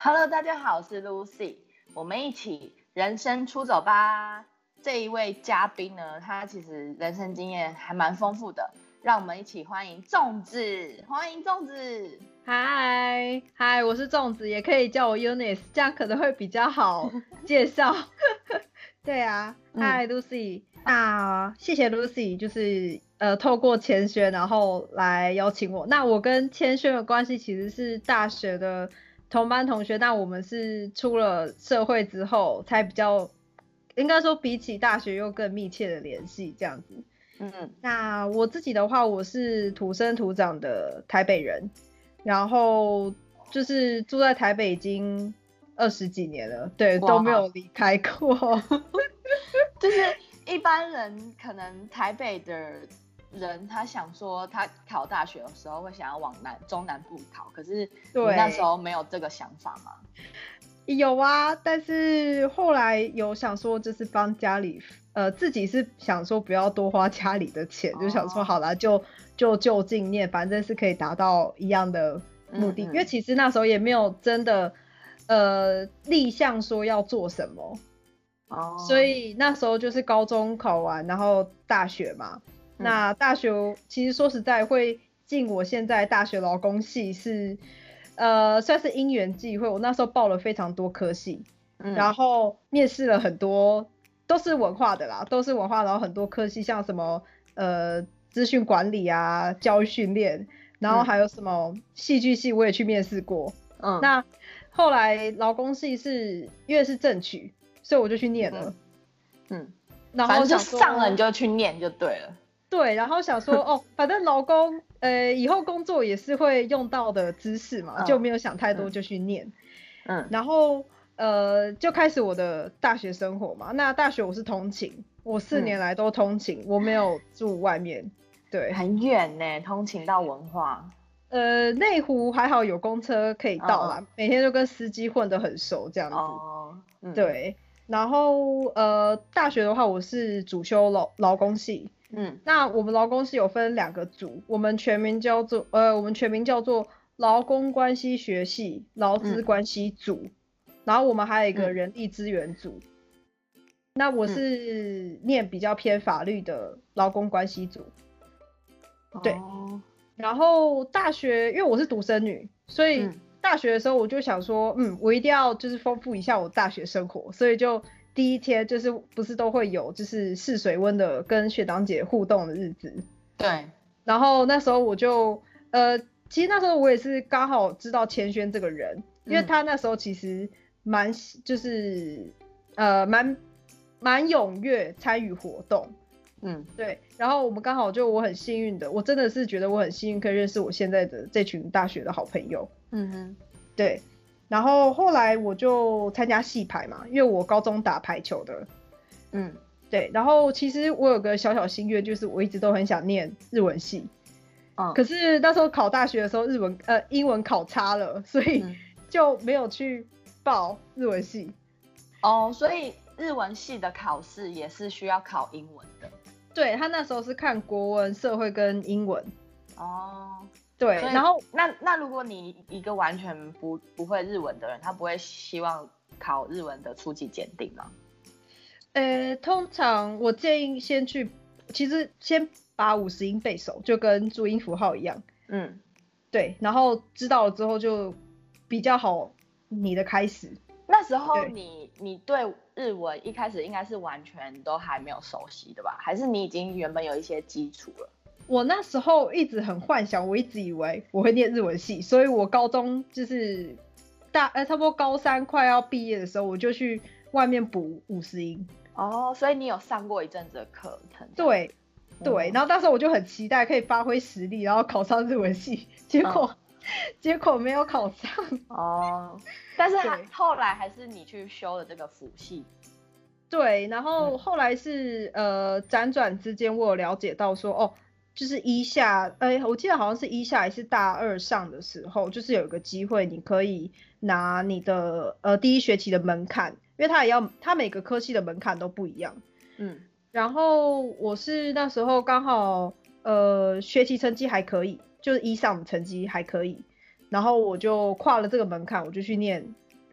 Hello，大家好，我是 Lucy，我们一起人生出走吧。这一位嘉宾呢，他其实人生经验还蛮丰富的，让我们一起欢迎粽子，欢迎粽子。 嗨，我是粽子，也可以叫我 Eunice， 这样可能会比较好介绍。对啊，嗨 Lucy， 那谢谢 Lucy， 就是透过千轩然后来邀请我。那我跟千轩的关系其实是大学的同班同学，但我们是出了社会之后才比较，应该说比起大学又更密切的联系这样子。那我自己的话，我是土生土长的台北人。然后就是住在台北已经20几年了，对，都没有离开过。 就是一般人可能台北的人，他想说他考大学的时候会想要往中南部考，可是你那时候没有这个想法吗？ 有啊，但是后来有想说就是帮家里，自己是想说不要多花家里的钱，就想说好啦，就近念，反正是可以达到一样的目的。因为其实那时候也没有真的立项说要做什么，所以那时候就是高中考完，然后大学嘛。那大学其实说实在会进我现在大学劳工系是。算是因缘际会，我那时候报了非常多科系，然后面试了很多，都是文化的啦，都是文化，然后很多科系，像什么资讯管理啊、教育训练，然后还有什么戏剧系，我也去面试过。那后来劳工系是因为是正取，所以我就去念了。 然后反正就上了你就去念就对了。 对，然后想说反正劳工以后工作也是会用到的知识嘛，就没有想太多就去念。然后就开始我的大学生活嘛。那大学我是通勤，我4年来都通勤，我没有住外面。对， 很远呢，通勤到文化。 内湖还好有公车可以到啦，每天就跟司机混得很熟这样子。对，然后大学的话我是主修劳工系。那我们劳工系有分2个组，我们全名叫做劳工关系学系劳资关系组，然后我们还有一个人力资源组。那我是念比较偏法律的劳工关系组。对，然后大学因为我是独生女，所以大学的时候我就想说，我一定要就是丰富一下我大学生活，所以就第一天就是不是都会有就是试水温的跟学长姐互动的日子。 对， 然后那时候我就其实那时候我也是刚好知道千轩这个人，因为他那时候其实蛮就是蛮踊跃参与活动。对，然后我们刚好我很幸运的，我真的是觉得我很幸运可以认识我现在的这群大学的好朋友。对。然后后来我就参加系排嘛，因为我高中打排球的。对，然后其实我有个小小心愿，就是我一直都很想念日文系。可是那时候考大学的时候英文考差了，所以就没有去报日文系。 所以日文系的考试也是需要考英文的。 对，他那时候是看国文、社会跟英文。对，然后那如果你一个完全不会日文的人，他不会希望考日文的初级检定吗？ 通常我建议其实先把50音背熟，就跟注音符号一样。对，然后知道了之后就比较好你的开始。 那时候你对日文一开始应该是完全都还没有熟悉的吧？还是你已经原本有一些基础了？ 我那时候一直很幻想，我一直以为我会念日文系，所以我高中就是差不多高3快要毕业的时候，我就去外面补50音。 所以你有上过一阵子的课程？ 对，然后那时候我就很期待可以发挥实力，然后考上日文系，结果没有考上。 但是后来还是你去修了这个辅系。 对，然后后来是辗转之间我有了解到说就是一下，我记得好像是一下还是大2上的时候，就是有一个机会你可以拿你的第1学期的门槛，因为它每个科系的门槛都不一样。然后我是那时候刚好学习成绩还可以，就是1上的成绩还可以，然后我就跨了这个门槛，我就去念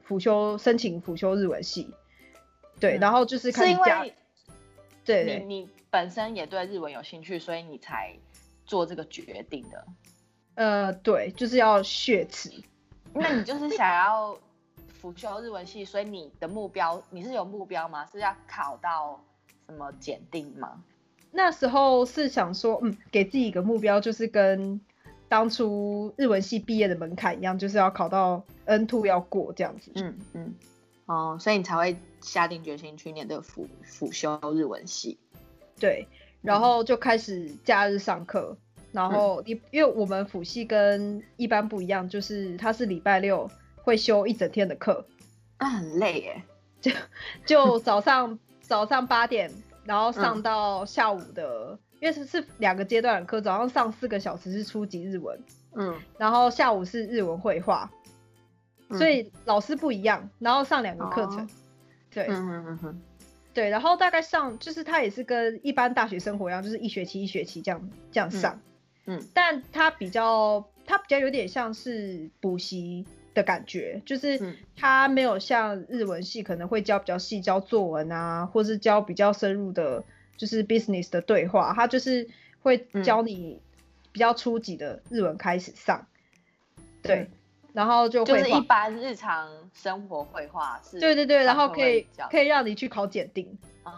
申请辅修日文系。对，然后就是开始是因为对你本身也对日文有兴趣，所以你才做这个决定的。 对，就是要血池。 那你就是想要辅修日文系，所以你的目标，你是有目标吗？是要考到什么检定吗？ 那时候是想说，给自己一个目标，就是跟当初日文系毕业的门槛一样，就是要考到 N2 要过这样子。 所以你才会下定决心去念这个辅修日文系。 对，然后就开始假日上课。然后因为我们辅系跟一般不一样，就是它是礼拜六会修一整天的课， 那很累耶。 就早上8点，然后上到下午的，因为是2个阶段的课，早上上4个小时是初级日文，然后下午是日文绘画，所以老师不一样，然后上2个课程，对，对，然后大概上就是它也是跟一般大学生活一样，就是一学期这样上。但它比较有点像是补习的感觉，就是它没有像日文系可能会教比较细，教作文啊，或是教比较深入的，就是 business 的对话，它就是会教你比较初级的日文开始上，对，然后就是一般日常生活绘画是， 对，然后可以让你去考检定，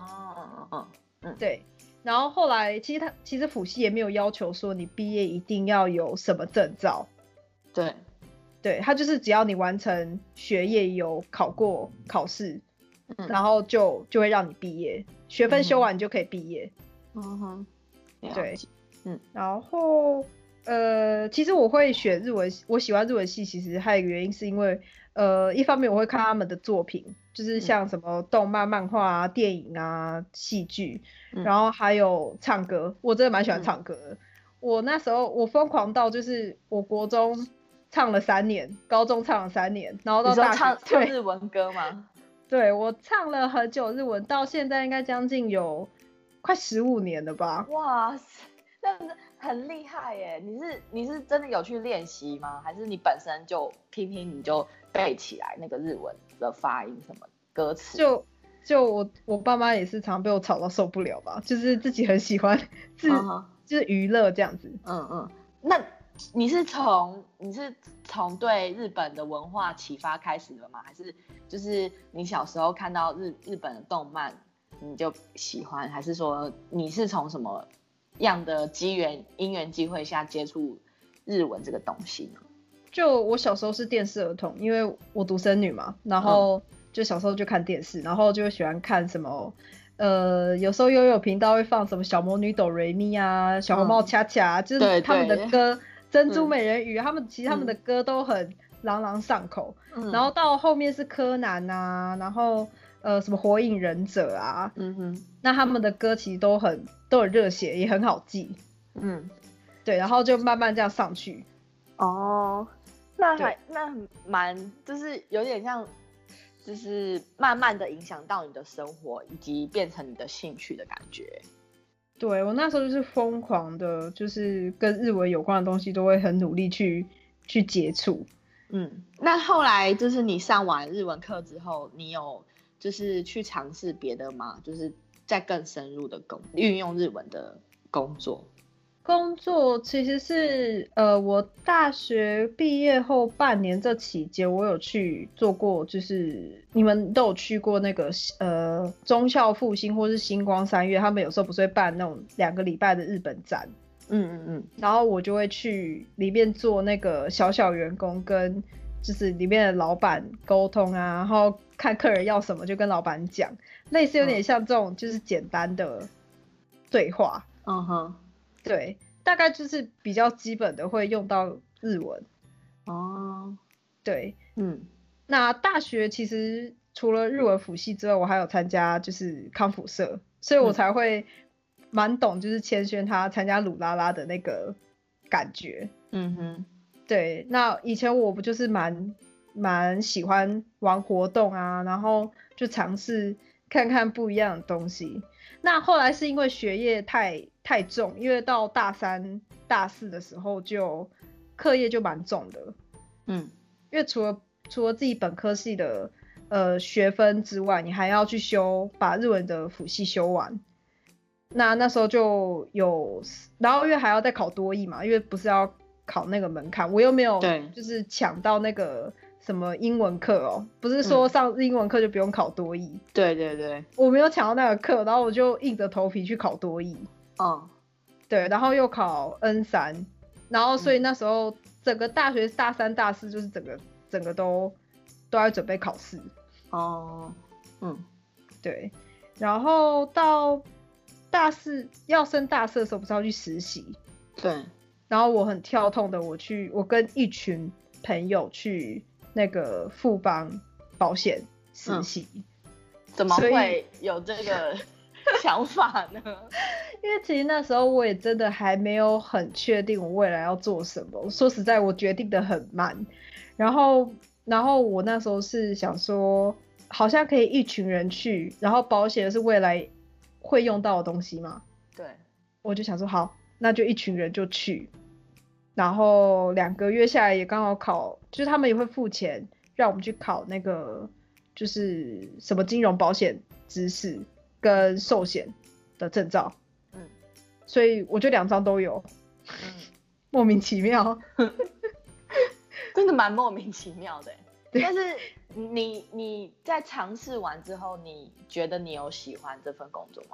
对。然后后来其实辅系也没有要求说你毕业一定要有什么证照，对，他就是只要你完成学业有考过考试，然后就会让你毕业，学分修完你就可以毕业。对，然后其实我会选日文，我喜欢日文系，其实还有一个原因是因为一方面我会看他们的作品，就是像什么动漫、漫画啊、电影啊、戏剧，然后还有唱歌，我真的蛮喜欢唱歌的。我那时候我疯狂到就是我国中唱了3年，高中唱了3年，然后到大学唱日文歌吗？ 对，我唱了很久日文，到现在应该将近有快15年了吧。 哇塞，那很厉害耶！你是真的有去练习吗？还是你本身就听你就背起来那个日文的发音什么歌词？ 就我爸妈也是常被我吵到受不了吧，就是自己很喜欢就是娱乐这样子。 那你是从对日本的文化启发开始的吗？还是就是你小时候看到日本的动漫你就喜欢？还是说你是从什么样的因缘机会下接触日文这个东西呢？ 就我小时候是电视儿童，因为我独生女嘛，然后就小时候就看电视，然后就喜欢看什么有时候悠悠频道会放什么小魔女哆瑞咪啊、小红帽恰恰，就是他们的歌，珍珠美人鱼，其实他们的歌都很朗朗上口。然后到后面是柯南啊，然后什么火影忍者啊，那他们的歌其实都很热血，也很好记。对，然后就慢慢这样上去。 那蛮就是有点像，就是慢慢的影响到你的生活，以及变成你的兴趣的感觉。 对，我那时候就是疯狂的，就是跟日文有关的东西都会很努力去接触。 那后来就是你上完日文课之后，你有就是去尝试别的吗？就是再更深入的运用日文的工作。 工作其实是我大学毕业后半年这期间，我有去做过，就是你们都有去过那个忠孝复兴或是星光三月，他们有时候不是会办那种2个礼拜的日本展，然后我就会去里面做那个小员工，跟就是里面的老板沟通啊，然后看客人要什么就跟老板讲，类似有点像这种就是简单的对话。对，大概就是比较基本的会用到日文。对，那大学其实除了日文辅系之外，我还有参加就是康辅社，所以我才会蛮懂就是千轩他参加鲁拉拉的那个感觉。对，那以前我不就是蛮喜欢玩活动啊，然后就尝试看看不一样的东西。那后来是因为学业太重，因为到大3、大4的时候就课业就蛮重的。因为除了除了自己本科系的学分之外，你还要去把日文的辅系修完。那时候就有，然后因为还要再考多益嘛，因为不是要考那个门槛，我又没有就是抢到那个什么英文课哦，不是说上英文课就不用考多益。 对对对， 我没有抢到那个课，然后我就硬着头皮去考多益。对，然后又考 N3，然后所以那时候整个大学大3大4就是整个都在准备考试。对，然后到大4要升大4的时候不是要去实习？ 对， 然后我很跳痛的，我跟一群朋友去那个富邦保险实习。 怎么会有这个想法呢？ 因为其实那时候我也真的还没有很确定我未来要做什么，说实在我决定的很慢。然后我那时候是想说好像可以一群人去，然后保险是未来会用到的东西嘛。 对， 我就想说好，那就一群人就去。然后2个月下来也刚好考，就是他们也会付钱让我们去考那个就是什么金融保险知识跟寿险的证照。所以我就2张都有。莫名其妙。 真的蛮莫名其妙的。但是你在尝试完之后，你觉得你有喜欢这份工作吗？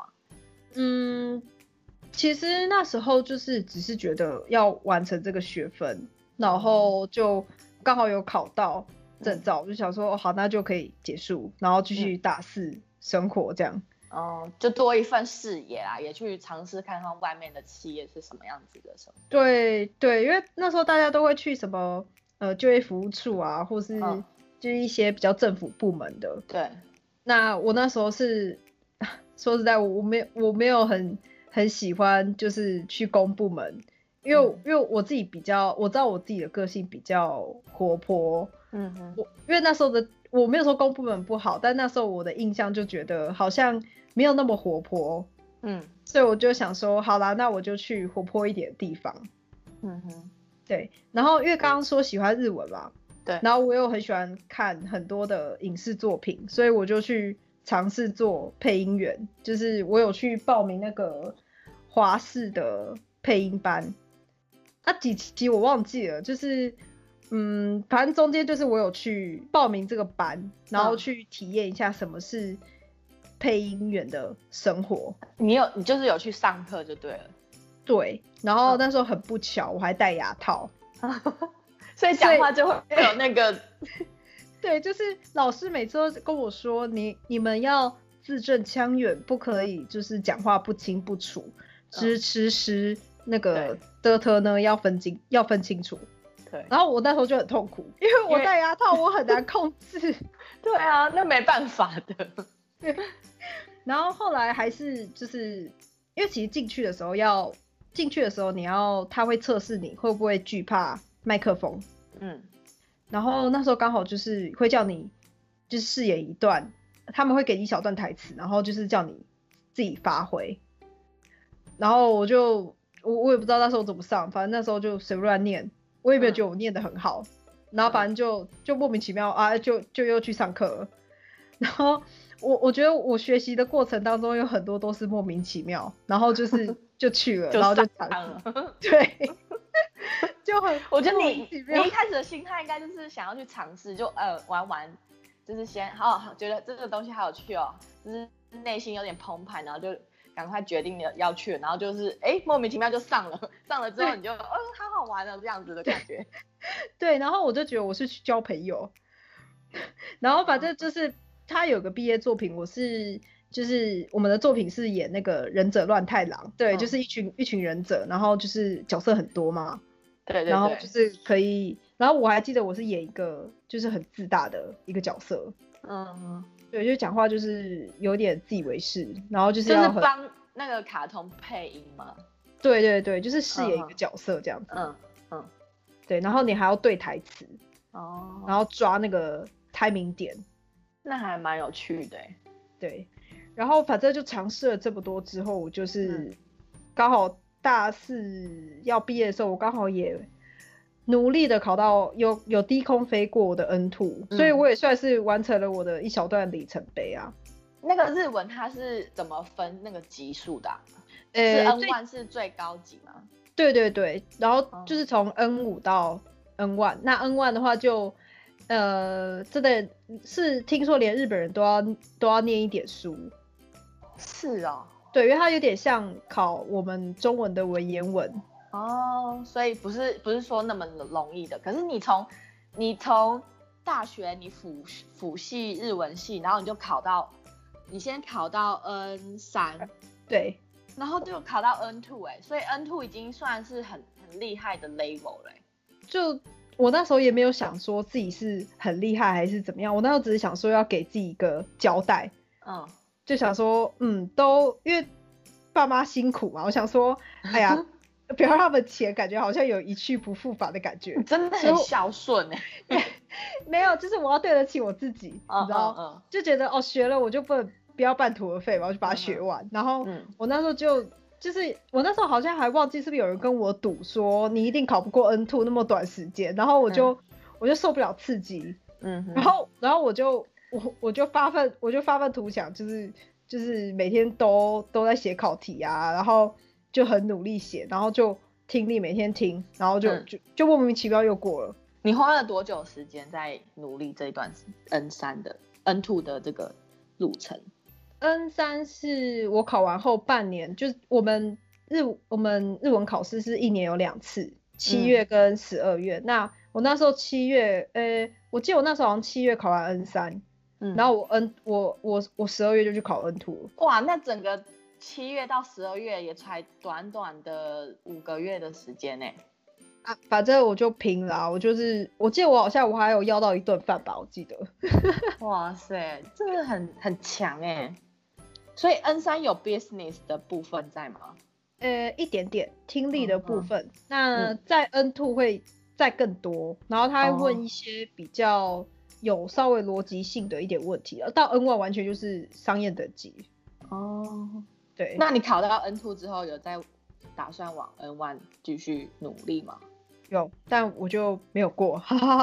其实那时候就是只是觉得要完成这个学分，然后就刚好有考到证照，我就想说好，那就可以结束，然后继续大4生活这样。 就多一份视野啦，也去尝试看看外面的企业是什么样子的生活。 对，因为那时候大家都会去什么就业服务处啊，或是就是一些比较政府部门的。 对， 那我那时候是说实在我没有很喜欢就是去公部门，因为我自己我知道我自己的个性比较活泼。因为那时候我没有说公部门不好，但那时候我的印象就觉得好像没有那么活泼。所以我就想说好啦，那我就去活泼一点的地方。对，然后因为刚刚说喜欢日文嘛，对，然后我又很喜欢看很多的影视作品，所以我就去尝试做配音员，就是我有去报名那个华视的配音班。几期我忘记了，就是反正中间就是我有去报名这个班，然后去体验一下什么是配音员的生活。你就是有去上课就对了。 对，然后那时候很不巧我还戴牙套。 所以讲话就会有那个对，就是老师每次都跟我说你们要字正腔圆，不可以就是讲话不清不楚，吃那个的特呢要分清楚。对，然后我那时候就很痛苦，因为我戴牙套我很难控制。 对啊，那没办法的。 对，然后后来还是就是因为其实进去的时候他会测试你会不会惧怕麦克风。然后那时候刚好就是会叫你就是饰演一段，他们会给你一小段台词，然后就是叫你自己发挥。然后我也不知道那时候怎么上，反正那时候就随便乱念，我也没有觉得我念得很好。然后反正就莫名其妙啊，就又去上课了。然后我觉得我学习的过程当中有很多都是莫名其妙，然后就去了，然后就上了。对。就很， 我觉得你一开始的心态应该就是想要去尝试，就玩，就是先觉得这个东西好有趣哦，就是内心有点澎湃，然后就赶快决定要去，然后就是莫名其妙就上了之后你就好好玩哦这样子的感觉。 对，然后我就觉得我是去交朋友，然后反正就是他有个毕业作品，就是我们的作品是演那个忍者乱太郎。对，就是一群忍者，然后就是角色很多嘛。 对， 然后就是可以，然后我还记得我是演一个就是很自大的一个角色。对，就讲话就是有点自以为是，然后就是帮那个卡通配音嘛。 对，就是饰演一个角色这样子。对，然后你还要对台词。然后抓那个 timing 点。 那还蛮有趣的。 对，然后反正就尝试了这么多之后，我就是刚好大4要毕业的时候，我刚好也努力的考到有低空飞过的 N2，所以我也算是完成了我的一小段里程碑啊。 那个日文它是怎么分那个级数的是 N1 是最高级吗？ 对对对，然后就是从 N5 到 N1，那 N1 的话就真的是听说连日本人都要念一点书。 是哦。 对，因为它有点像考我们中文的文言文。 所以不是说那么容易的。可是你从大学你辅系日文系，然后你先考到 N3， 对， 然后就考到 N2，所以 N2 已经算是很厉害的 level 了。就我那时候也没有想说自己是很厉害还是怎么样，我那时候只是想说要给自己一个交代。就想说都因为爸妈辛苦嘛，我想说哎呀不要让他们钱，感觉好像有一去不复返的感觉。 真的很孝顺没有，就是我要对得起我自己，你知道就觉得学了我就不要半途而废嘛，我就把它学完。然后我那时候就是我那时候好像还忘记是不是有人跟我赌说你一定考不过 N2 那么短时间，然后我就受不了刺激，然后我就发愤图强，就是每天都在写考题啊，然后就很努力写，然后就听力每天听，然后就莫名其妙又过了。 你花了多久时间在努力这一段 N2 的这个路程 ？N3 是我考完后半年，就是我们日文考试是1年有2次，7月跟12月。那我那时候7月，我记得我那时候好像7月考完 N3，然后我12月就去考 N2 了。 哇，那整个7月到12月也才短短的5个月的时间呢。 反正我就拼了我记得我好像还有要到1顿饭吧，我记得。 哇塞，真的很强哎。所以 N3 有 business 的部分在吗？ 一点点听力的部分。那在 N2 会再更多，然后他会问一些比较有稍微逻辑性的一点问题了。到 N1 完全就是商业等级。对。 那你考到 N2 之后，有在打算往 N1 继续努力吗？ 有，但我就没有过。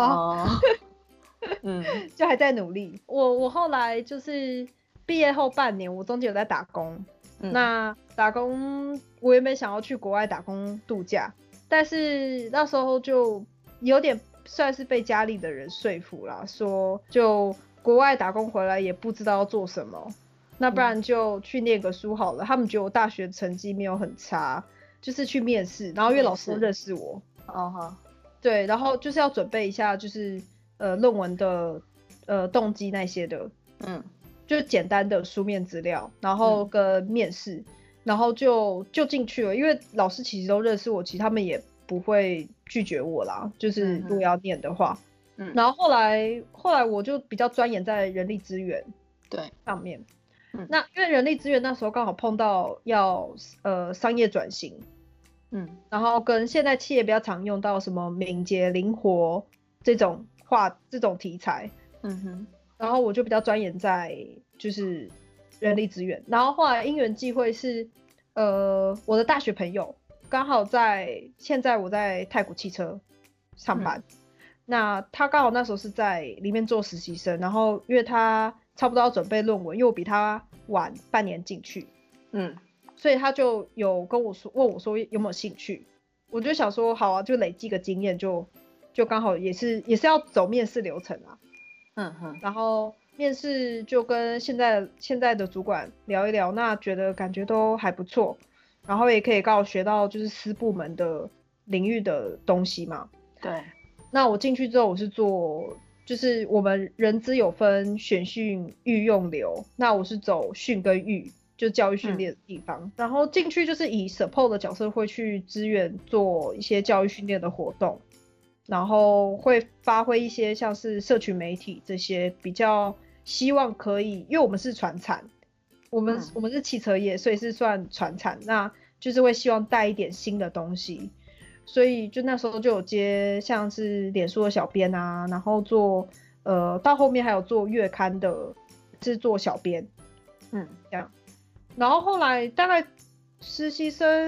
就还在努力。我后来就是毕业后半年，我中间有在打工。那打工我原本想要去国外打工度假，但是那时候就有点算是被家里的人说服啦，说就国外打工回来也不知道要做什么，那不然就去念个书好了。他们觉得我大学成绩没有很差，就是去面试，然后因为老师都认识我。对，然后就是要准备一下，就是论文的动机那些的，就简单的书面资料，然后跟面试，然后就进去了。因为老师其实都认识我，其实他们也不会拒绝我啦，就是如果要念的话。然后后来我就比较钻研在人力资源上面。那因为人力资源那时候刚好碰到要商业转型。然后跟现在企业比较常用到什么敏捷灵活这种题材。然后我就比较钻研在就是人力资源。然后后来因缘际会是我的大学朋友刚好现在我在太古汽车上班。那他刚好那时候是在里面做实习生，然后因为他差不多要准备论文，因为我比他晚半年进去。所以他就有跟我说，问我说有没有兴趣。我就想说好啊，就累积个经验，就刚好也是要走面试流程啊。然后面试就跟现在的主管聊一聊，那觉得感觉都还不错，然后也可以刚好学到就是私部门的领域的东西嘛。 对。 那我进去之后，我是做就是我们人资有分选训育用流，那我是走训跟育。就教育训练的地方。然后进去就是以 support 的角色会去支援做一些教育训练的活动，然后会发挥一些像是社群媒体这些比较希望可以，因为我们是传产，我们是汽车业，所以是算传产，那就是会希望带一点新的东西，所以就那时候就有接像是脸书的小编啊，然后做到后面还有做月刊的制作小编。这样。然后后来大概实习生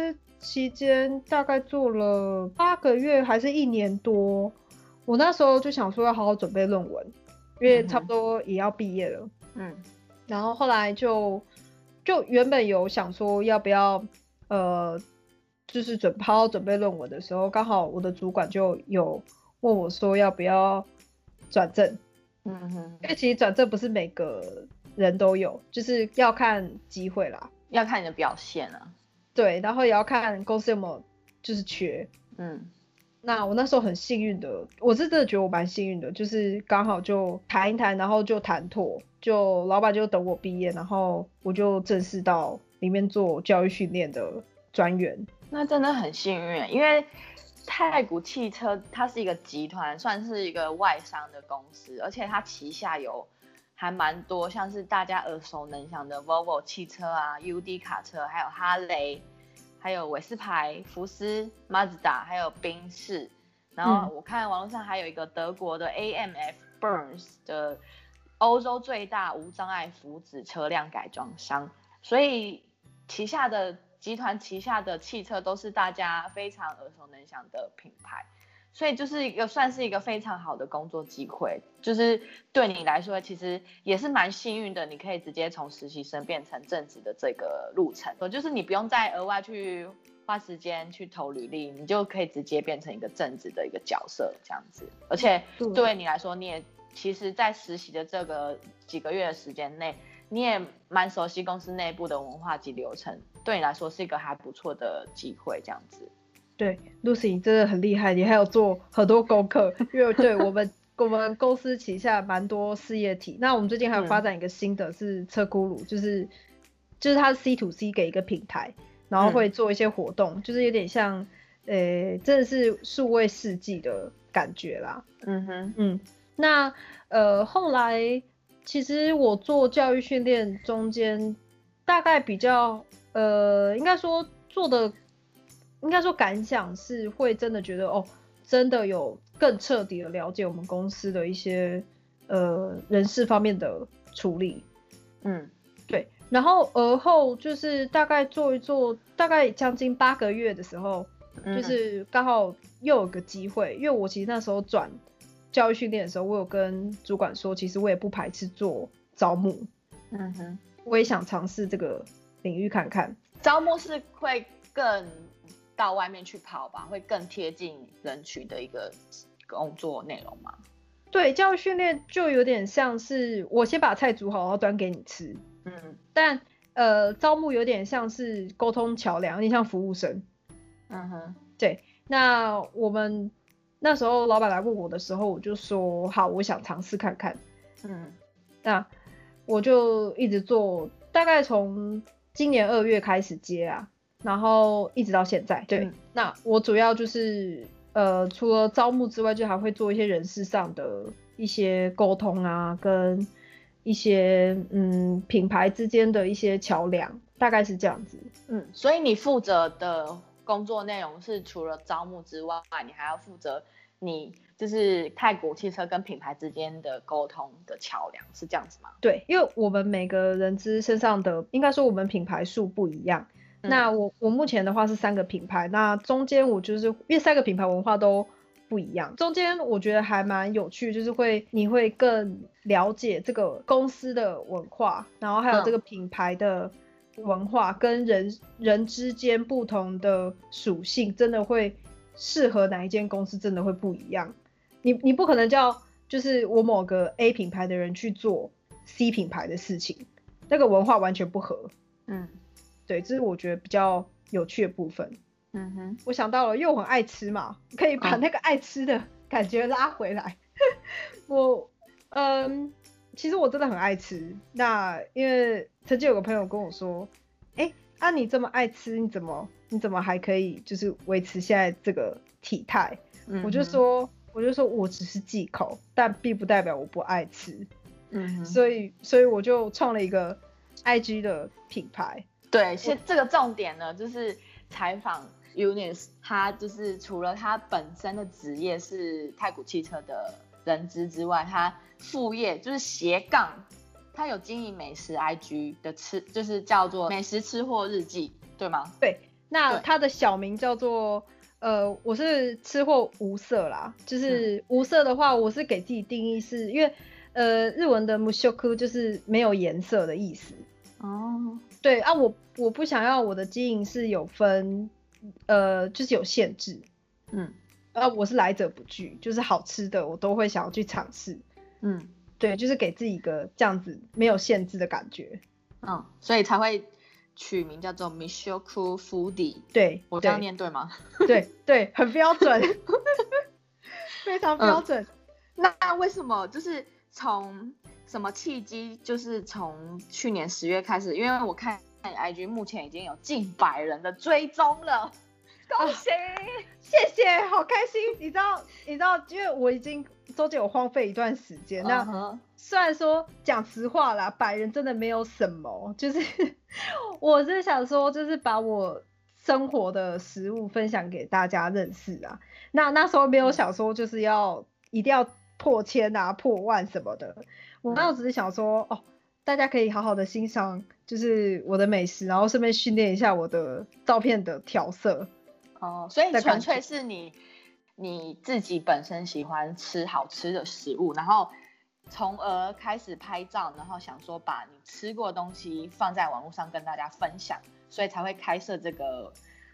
期间大概做了8个月还是1年多，我那时候就想说要好好准备论文，因为差不多也要毕业了。然后后来就原本有想说要不要就是好好准备论文的时候，刚好我的主管就有问我说要不要转正。因为其实转正不是每个人都有，就是要看机会啦， 要看你的表现啊。 对，然后也要看公司有没有就是缺。那我那时候很幸运的，我是真的觉得我蛮幸运的，就是刚好就谈一谈，然后就谈妥，就老板就等我毕业，然后我就正式到里面做教育训练的专员。 那真的很幸运，因为太古汽车它是一个集团，算是一个外商的公司，而且它旗下有还蛮多像是大家耳熟能详的 Volvo 汽车啊、UD 卡车，还有哈雷，还有韦斯牌、福斯、Mazda， 还有宾士。然后我看网络上还有一个德国的 AMF Burns 的欧洲最大无障碍福祉车辆改装商，所以集团旗下的汽车都是大家非常耳熟能详的品牌，所以就是算是一个非常好的工作机会，就是对你来说其实也是蛮幸运的，你可以直接从实习生变成正职的这个路程，就是你不用再额外去花时间去投履历，你就可以直接变成一个正职的一个角色这样子。而且对你来说，你也其实在实习的这个几个月的时间内，你也蛮熟悉公司内部的文化及流程，对你来说是一个还不错的机会这样子。 对 Lucy 真的很厉害，你还有做很多功课，因为对我们公司旗下蛮多事业体，那我们最近还有发展一个新的是车咕噜，就是它是 C2C 给一个平台，然后会做一些活动，就是有点像真的是数位世纪的感觉啦。那后来其实我做教育训练中间大概比较应该说感想是会真的觉得真的有更彻底的了解我们公司的一些人事方面的处理。对，然后而后就是大概做一做，大概将近8个月的时候，就是刚好又有个机会，因为我其实那时候转教育训练的时候，我有跟主管说，其实我也不排斥做招募。我也想尝试这个领域看看。 招募是会更到外面去跑吧，会更贴近人群的一个工作内容吗？ 对，教育训练就有点像是我先把菜煮好，然后端给你吃。但招募有点像是沟通桥梁，有点像服务生。对。那我们那时候老板来问我的时候，我就说好，我想尝试看看。那我就一直做，大概从今年2月开始接啊，然后一直到现在。对。那我主要就是除了招募之外，就还会做一些人事上的一些沟通啊，跟一些品牌之间的一些桥梁，大概是这样子。 所以你负责的工作内容是除了招募之外，你还要负责你就是太古汽车跟品牌之间的沟通的桥梁，是这样子吗？ 对，因为我们每个人资身上的，应该说我们品牌数不一样。那我目前的话是3个品牌，那中间我就是因为3个品牌文化都不一样，中间我觉得还蛮有趣，就是你会更了解这个公司的文化，然后还有这个品牌的文化跟人之间不同的属性，真的会适合哪一间公司，真的会不一样。你不可能叫就是我某个 A 品牌的人去做 C 品牌的事情，那个文化完全不合。对，这是我觉得比较有趣的部分。我想到了，因为我很爱吃嘛，可以把那个爱吃的感觉拉回来。其实我真的很爱吃。那因为曾经有个朋友跟我说，你这么爱吃，你怎么还可以就是维持现在这个体态？我就说我只是忌口，但并不代表我不爱吃。所以我就创了一个 IG 的品牌。 对，这个重点呢，就是采访 Eunice， 他就是除了他本身的职业是太古汽车的人资之外，他副业就是斜杠，他有经营美食 IG 的就是叫做美食吃货日记，对吗？ 对， 那它的小名叫做我是吃货无色啦，就是无色的话，我是给自己定义是因为日文的 mushoku 就是没有颜色的意思。 哦， 对啊，我不想要我的经营是有分就是有限制。我是来者不拒，就是好吃的我都会想要去尝试。对，就是给自己一个这样子没有限制的感觉。 所以才会取名叫做 Mishoku Foodie。 对， 我这样念对吗？ 对对，很标准，非常标准。 那为什么就是从什么契机，就是从去年10月开始？因为我看你 IG 目前已经有近100人的追踪了，恭喜！ 谢谢，好开心。你知道，因为我已经中间有荒废一段时间。那虽然说讲实话啦，100人真的没有什么，就是我是想说，就是把我生活的食物分享给大家认识啊。那时候没有想说就是一定要破千啊、破万什么的。我那时候只是想说，大家可以好好的欣赏就是我的美食，然后顺便训练一下我的照片的调色。 所以纯粹是你自己本身喜欢吃好吃的食物，然后从而开始拍照，然后想说把你吃过的东西放在网络上跟大家分享，所以才会开设这个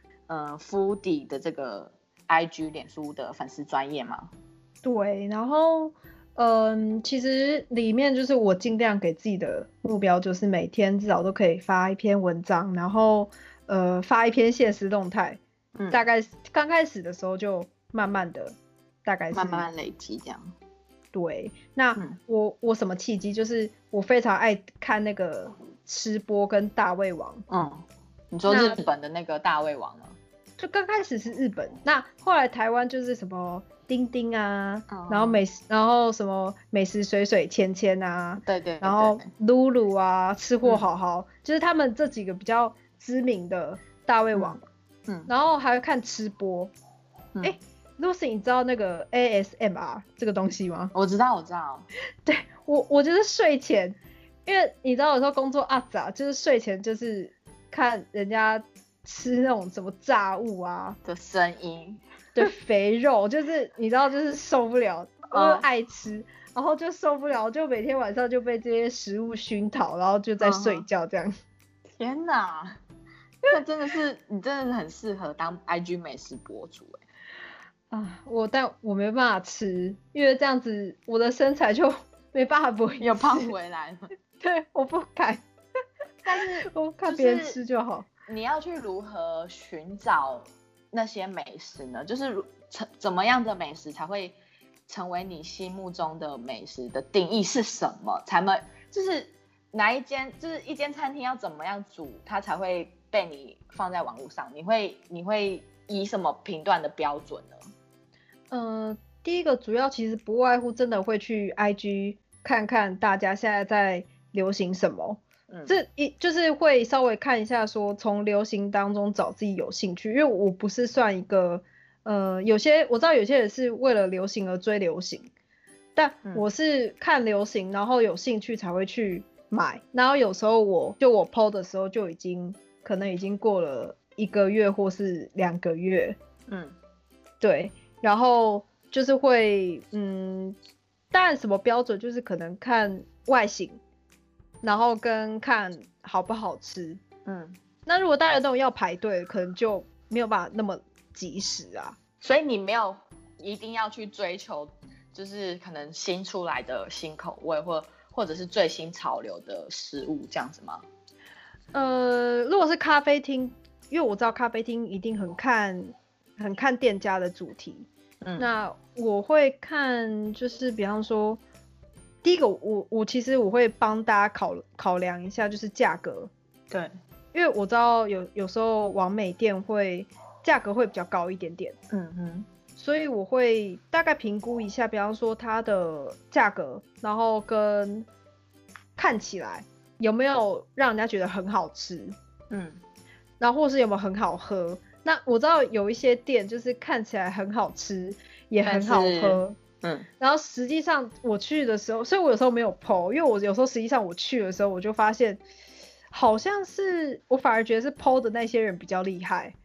Foodie 的这个 IG 脸书的粉丝专页嘛。 对，然后其实里面就是我尽量给自己的目标就是每天至少都可以发一篇文章，然后发一篇限时动态。大概刚开始的时候就慢慢的，大概是慢慢累积这样。 对，那我什么契机？就是我非常爱看那个吃播跟大胃王。 你说日本的那个大胃王吗？ 就刚开始是日本，那后来台湾就是什么丁丁啊，然后什么美食水水芊芊啊， 对， 然后露露啊，吃货好好，就是他们这几个比较知名的大胃王。然后还会看吃播。Lucy 你知道那个 ASMR 这个东西吗？ 我知道。 对，我就是睡前，因为你知道有时候工作就是睡前就是看人家吃那种什么炸物啊的声音， 对，肥肉，就是你知道就是受不了，爱吃，然后就受不了，就每天晚上就被这些食物熏陶，然后就在睡觉这样。 天哪！那真的是你真的是很适合当 IG 美食博主但我没办法吃，因为这样子我的身材就没办法不又胖回来了。 对，我不敢。但是我看别人吃就好。 你要去如何寻找那些美食呢？就是怎么样的美食才会成为你心目中的美食的定义是什么？就是哪一间，就是一间餐厅要怎么样煮，它才会被你放在网络上？你会以什么评断的标准呢？ 第一个主要其实不外乎真的会去 IG 看看大家现在在流行什么，就是会稍微看一下说从流行当中找自己有兴趣，因为我不是算一个我知道有些人是为了流行而追流行，但我是看流行然后有兴趣才会去买，然后有时候我 PO 的时候就可能已经过了1个月或是2个月，对，然后就是会当然什么标准就是可能看外形，然后跟看好不好吃，那如果大家都要排队，可能就没有办法那么及时啊。 所以你没有一定要去追求，就是可能新出来的新口味或者是最新潮流的食物这样子吗？ 如果是咖啡厅，因为我知道咖啡厅一定很看店家的主题，那我会看就是比方说，第一个我其实我会帮大家考量一下就是价格， 对， 因为我知道有时候网美店价格会比较高一点点，所以我会大概评估一下，比方说它的价格，然后跟看起来有没有让人家觉得很好吃，然后或是有没有很好喝。那我知道有一些店就是看起来很好吃，也很好喝，然后实际上我去的时候，所以我有时候没有 po， 因为我有时候实际上我去的时候，我就发现好像是我反而觉得是 po 的那些人比较厉害，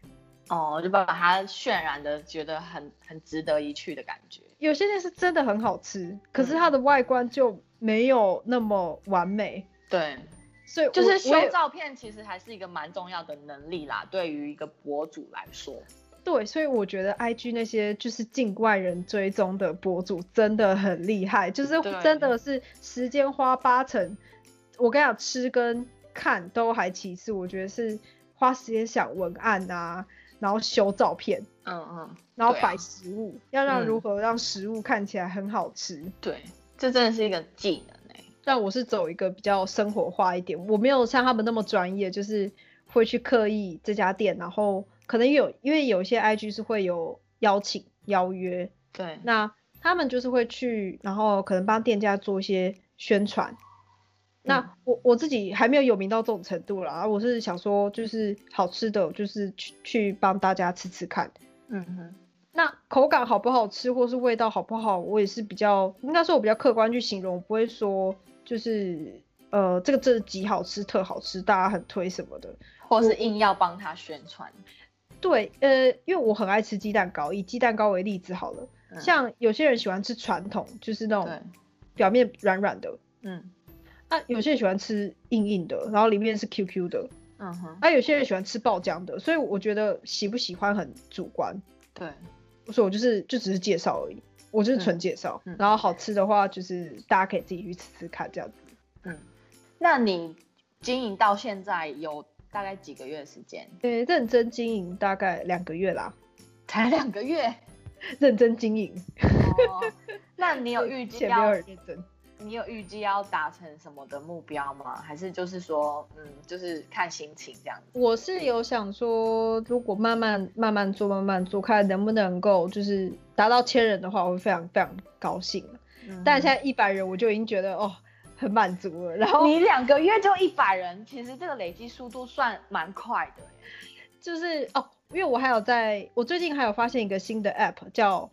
哦，就把它渲染的觉得很值得一去的感觉。 有些店是真的很好吃，可是它的外观就没有那么完美。 对， 所以就是修照片其实还是一个蛮重要的能力啦，对于一个博主来说。 对，所以我觉得 IG 那些就是境外人追踪的博主真的很厉害，就是真的是时间花80%。我跟你讲，吃跟看都还其次，我觉得是花时间想文案啊，然后修照片，然后摆食物，要让如何让食物看起来很好吃。 对，这真的是一个技能欸。 但我是走一个比较生活化一点，我没有像他们那么专业，就是会去刻意这家店，然后可能因为有些 IG 是会有邀约， 对， 那他们就是会去，然后可能帮店家做一些宣传。那我自己还没有名到这种程度啦，我是想说就是好吃的，就是去帮大家吃吃看。那口感好不好吃，或是味道好不好，我也是应该说我比较客观去形容，我不会说就是这个极好吃特好吃，大家很推什么的， 或是硬要帮他宣传。 对，因为我很爱吃鸡蛋糕，以鸡蛋糕为例子好了，像有些人喜欢吃传统，就是那种表面软软的，那有些人喜欢吃硬硬的，然后里面是 QQ 的，有些人喜欢吃爆浆的，所以我觉得喜不喜欢很主观。 对， 所以我就只是介绍而已，我就是纯介绍，然后好吃的话就是大家可以自己去吃吃看这样子。 那你经营到现在有大概几个月的时间？ 认真经营大概2个月啦。 才2个月？ 认真经营。 那你有预计没有很认真？ 你有预计要达成什么的目标吗？还是就是说，就是看心情这样子？ 我是有想说，如果慢慢做，看能不能够就是达到1000人的话，我会非常非常高兴。但现在100人我就已经觉得很满足了。然后你2个月就100人，其实这个累积速度算蛮快的。 就是因为我最近还有发现一个新的 app 叫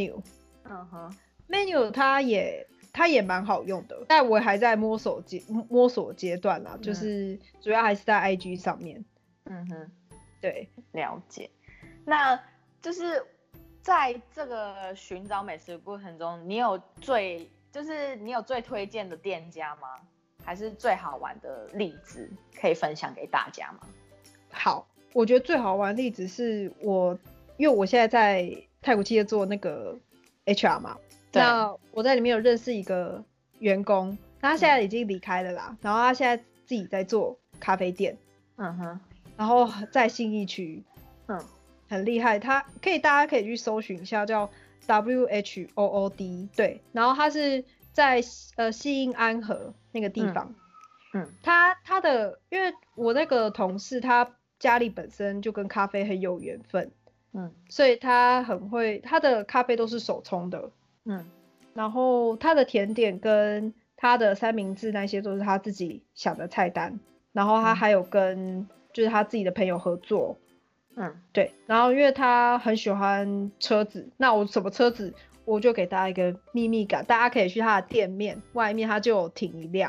Menu。Menu 它也蛮好用的，但我还在摸索阶段啦，就是主要还是在 IG 上面。对， 了解。那就是在这个寻找美食的过程中，你有最推荐的店家吗？还是最好玩的例子可以分享给大家吗？ 好，我觉得最好玩的例子是因为我现在在太古企业做那个 HR 嘛。那我在里面有认识一个员工，他现在已经离开了啦，然后他现在自己在做咖啡店，然后在信义区，很厉害，大家可以去搜寻一下，叫 WHOOD， 对，然后他是在西营安和那个地方，他的因为我那个同事他家里本身就跟咖啡很有缘分，所以他很会，他的咖啡都是手冲的。然后他的甜点跟他的三明治那些都是他自己想的菜单，然后他还有跟就是他自己的朋友合作，对，然后因为他很喜欢车子，那我什么车子我就给大家一个秘密感，大家可以去他的店面外面，他就有停一辆，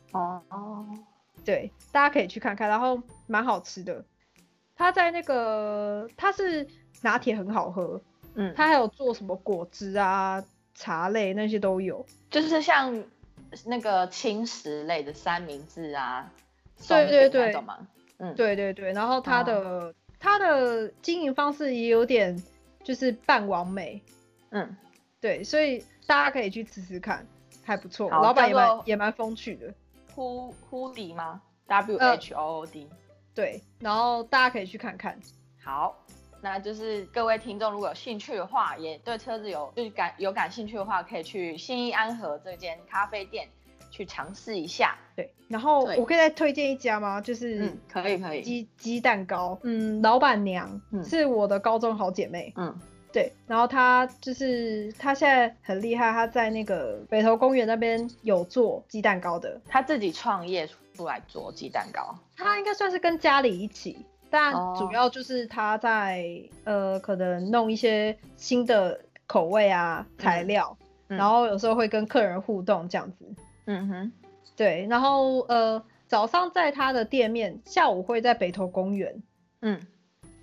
对，大家可以去看看，然后蛮好吃的，他在他是拿铁很好喝，他还有做什么果汁啊。茶类那些都有， 就是像那个轻食类的三明治啊， 对， 懂吗？ 对，然后他的经营方式也有点就是半完美，对，所以大家可以去吃吃看，还不错，老板也蛮风趣的。 Hood 吗 ？WHOOD， 对，然后大家可以去看看。 好。那就是各位听众如果有兴趣的话，也对车子有感兴趣的话，可以去信义安和这间咖啡店去尝试一下。 对，然后我可以再推荐一家吗？就是可以鸡蛋糕，老板娘是我的高中好姐妹，对，然后她现在很厉害，她在那个北投公园那边有做鸡蛋糕的， 她自己创业出来做鸡蛋糕， 她应该算是跟家里一起。但主要就是他在可能弄一些新的口味啊材料，然后有时候会跟客人互动这样子。对，然后早上在他的店面，下午会在北投公园。对，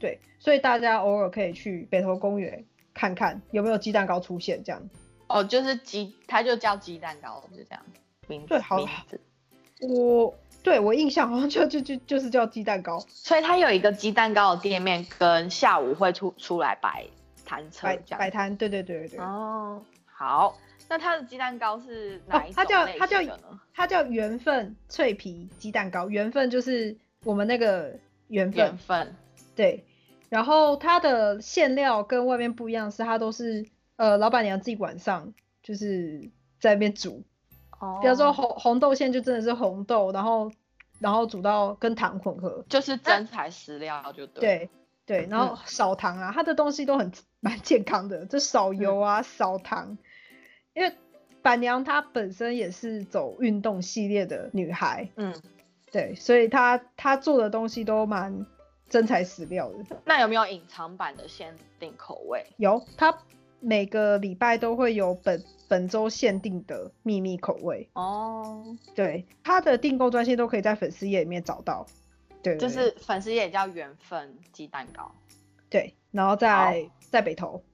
对，所以大家偶尔可以去北投公园看看有没有鸡蛋糕出现这样。 哦，就是它就叫鸡蛋糕，就这样对，好， 名字。 我印象好像就是叫鸡蛋糕， 所以它有一个鸡蛋糕的店面，跟下午会出来摆摊车这样。 摆摊，对。 哦，好，那它的鸡蛋糕是哪一种类型的呢？ 它叫缘分脆皮鸡蛋糕，缘分就是我们那个缘分。对，然后它的馅料跟外面不一样，是它都是老板娘自己晚上就是在那边煮。比如说红豆馅就真的是红豆，然后煮到跟糖混合， 就是真材实料就对。 对，然后少糖啊，它的东西都蛮健康的，就少油啊，少糖。因为板娘她本身也是走运动系列的女孩，对，所以她做的东西都蛮真材实料的。 那有没有隐藏版的限定口味？ 有，她每个礼拜都会有本周限定的秘密口味哦。对，他的订购专线都可以在粉丝页里面找到。对， 就是粉丝页叫缘分鸡蛋糕。 对，然后在北投。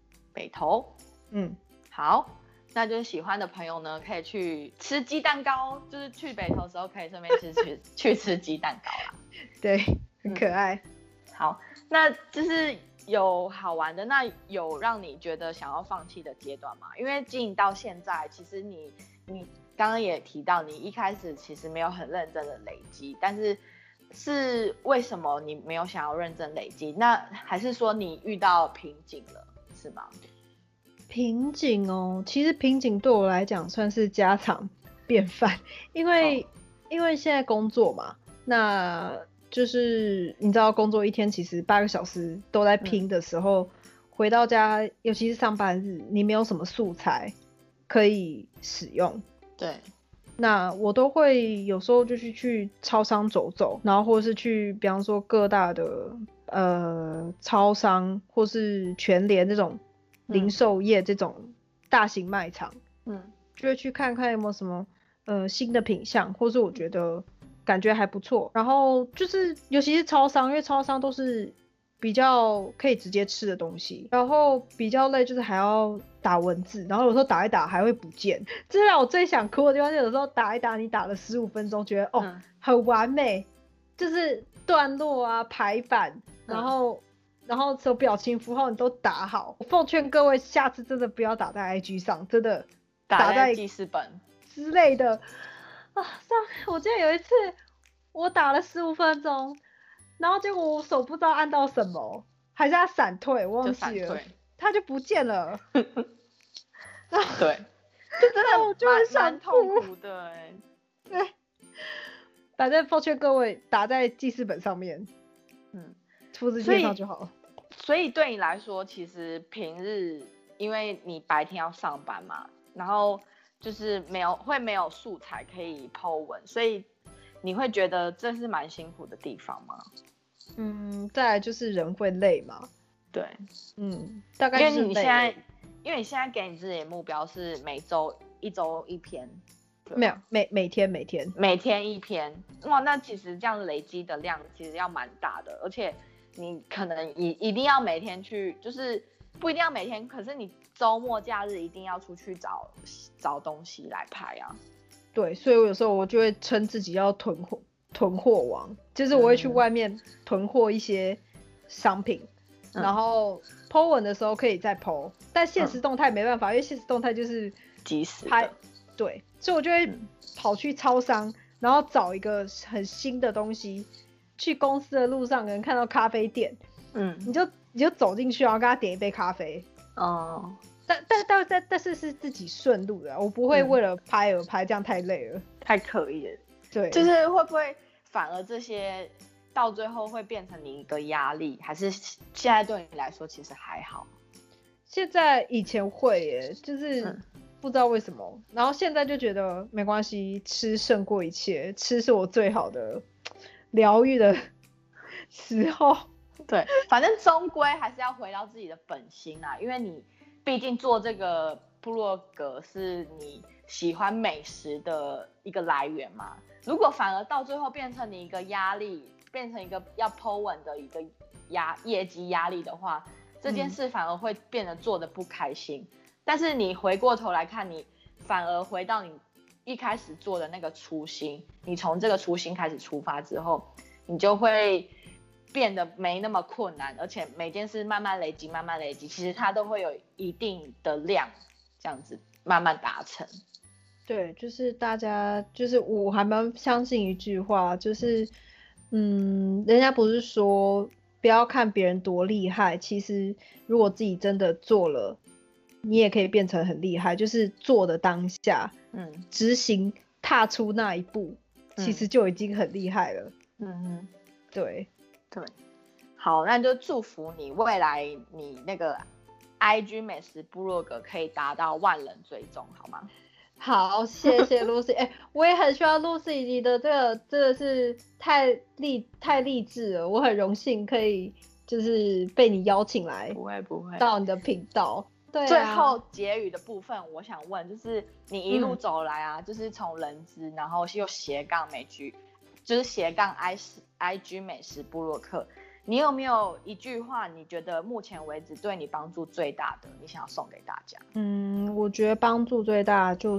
好，那就是喜欢的朋友呢，可以去吃鸡蛋糕，就是去北投的时候可以顺便去吃鸡蛋糕啦。 对，很可爱。 好，那就是有好玩的，那有让你觉得想要放弃的阶段吗？因为经营到现在，其实你刚刚也提到，你一开始其实没有很认真的累积，但是为什么你没有想要认真累积？那还是说你遇到瓶颈了，是吗？ 瓶颈哦，其实瓶颈对我来讲算是家常便饭，因为现在工作嘛，那就是你知道工作一天其实8个小时都在拼的时候，回到家尤其是上班日，你没有什么素材可以使用。 对， 那我都会有时候就是去超商走走，然后或是去比方说各大的超商或是全联这种零售业这种大型卖场，就会去看看有没有什么新的品项，或是我觉得感觉还不错。然后就是尤其是超商，因为超商都是比较可以直接吃的东西，然后比较累就是还要打文字，然后有时候打一打还会不见。这让我最想哭的地方，就有时候打一打你打了15分钟，觉得很完美，就是段落啊排版，然后手表情符号你都打好。我奉劝各位下次真的不要打在 IG 上，真的打在记事本之类的啊。我记得有一次我打了15分钟，然后结果我手不知道按到什么，还是它闪退，我忘记了，它就不见了。 对，就真的我就蛮痛苦的哎。 对，反正奉劝各位打在记事本上面，复制贴上就好了。 所以对你来说，其实平日因为你白天要上班嘛，然后就是没有素材可以 po 文，所以你会觉得这是蛮辛苦的地方吗？ 再来就是人会累嘛。对，大概就是累。 因为你现在给你自己的目标是一周一篇， 没有每天一篇，哇，那其实这样累积的量其实要蛮大的，而且你可能一定要每天去，就是不一定要每天，可是你周末假日一定要出去找东西来拍啊。 对，所以我有时候我就会称自己要囤货王，就是我会去外面囤货一些商品。然后 po 文的时候可以再 po， 但限时动态没办法，因为限时动态就是即时拍，对，所以我就会跑去超商，然后找一个很新的东西，去公司的路上可能看到咖啡店，你就走进去，然后跟他点一杯咖啡，但是是自己顺路的，我不会为了拍而拍，这样太累了， 太刻意了， 对， 就是会不会反而这些到最后会变成你一个压力，还是现在对你来说其实还好？ 以前会耶，就是不知道为什么，然后现在就觉得没关系，吃胜过一切，吃是我最好的疗愈的时候。 对，反正终归还是要回到自己的本心啊，因为你毕竟做这个部落格是你喜欢美食的一个来源嘛。如果反而到最后变成你一个压力，变成一个要 po 文的业绩压力的话，这件事反而会变得做得不开心。但是你回过头来看，你反而回到你一开始做的那个初心，你从这个初心开始出发之后，你就会变得没那么困难，而且每件事慢慢累积，慢慢累积，其实它都会有一定的量，这样子慢慢达成。 对，就是大家，就是我还蛮相信一句话，就是人家不是说不要看别人多厉害，其实如果自己真的做了，你也可以变成很厉害。就是做的当下，执行踏出那一步，其实就已经很厉害了。对对，好，那就祝福你未来你那个 IG 美食部落格可以达到10000人追踪，好吗？ 好，谢谢 Lucy。我也很喜欢 Lucy， 你的这个真的是太励志了，我很荣幸可以就是被你邀请来， 不会到你的频道。对啊， 最后结语的部分，我想问，就是你一路走来啊，就是从人资，然后又斜杠就是斜杠 IG 美食部落客，你有没有一句话，你觉得目前为止对你帮助最大的，你想要送给大家？ 我觉得帮助最大就是，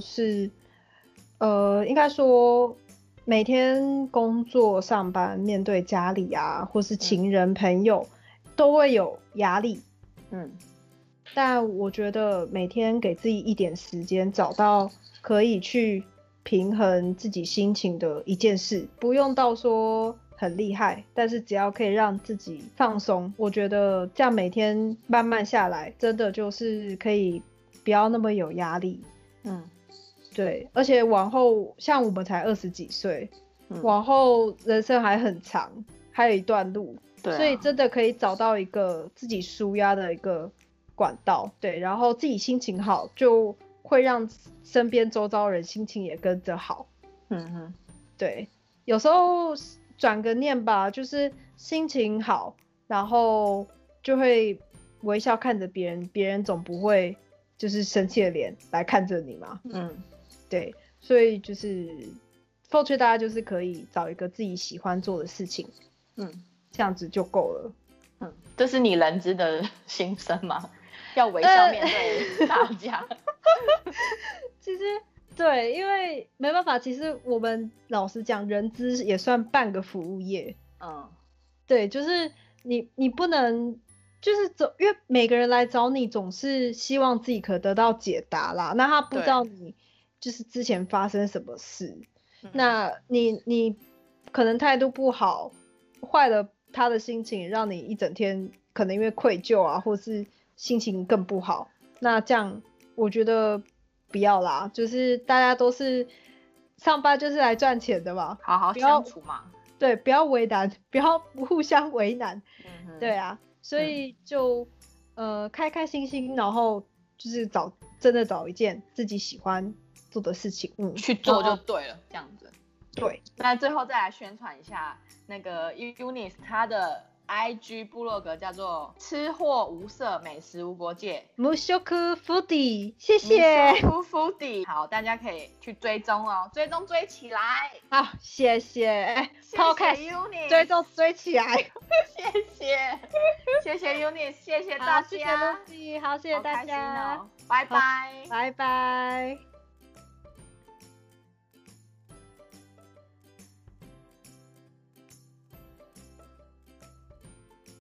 应该说每天工作上班，面对家里啊，或是情人朋友，都会有压力。但我觉得每天给自己一点时间，找到可以去平衡自己心情的一件事，不用到说很厉害，但是只要可以让自己放松，我觉得这样每天慢慢下来，真的就是可以不要那么有压力。对，而且往后像我们才20几岁，往后人生还很长，还有一段路，对啊，所以真的可以找到一个自己抒压的一个管道，对，然后自己心情好，就会让身边周遭人心情也跟着好。对，有时候转个念吧，就是心情好，然后就会微笑看着别人，别人总不会就是生气的脸来看着你嘛。对，所以就是奉劝大家就是可以找一个自己喜欢做的事情，这样子就够了。 这是你人资的心声吗？要微笑面对大家。 其实对，因为没办法，其实我们老实讲，人资也算半个服务业。对，就是你不能就是因为每个人来找你总是希望自己可得到解答啦，那他不知道你就是之前发生什么事，那你可能态度不好，坏了他的心情，让你一整天可能因为愧疚啊，或是心情更不好。那这样我觉得不要啦，就是大家都是上班就是来赚钱的嘛， 好好相处嘛。 对，不要为难，不要互相为难。对啊，所以就开开心心，然后就是真的找一件自己喜欢做的事情， 去做就对了，这样子。 对， 那最后再来宣传一下那个 Eunice 她的 IG 部落格叫做吃货无色美食无国界 Mushoku Foodie， 谢谢。 Mushoku Foodie， 好，大家可以去追踪哦，追起来。 好，谢谢。 谢谢 Eunice， 追起来。 谢谢 Eunice， 谢谢大家。 谢谢 Lucy， 好，谢谢大家。 拜拜。 拜拜。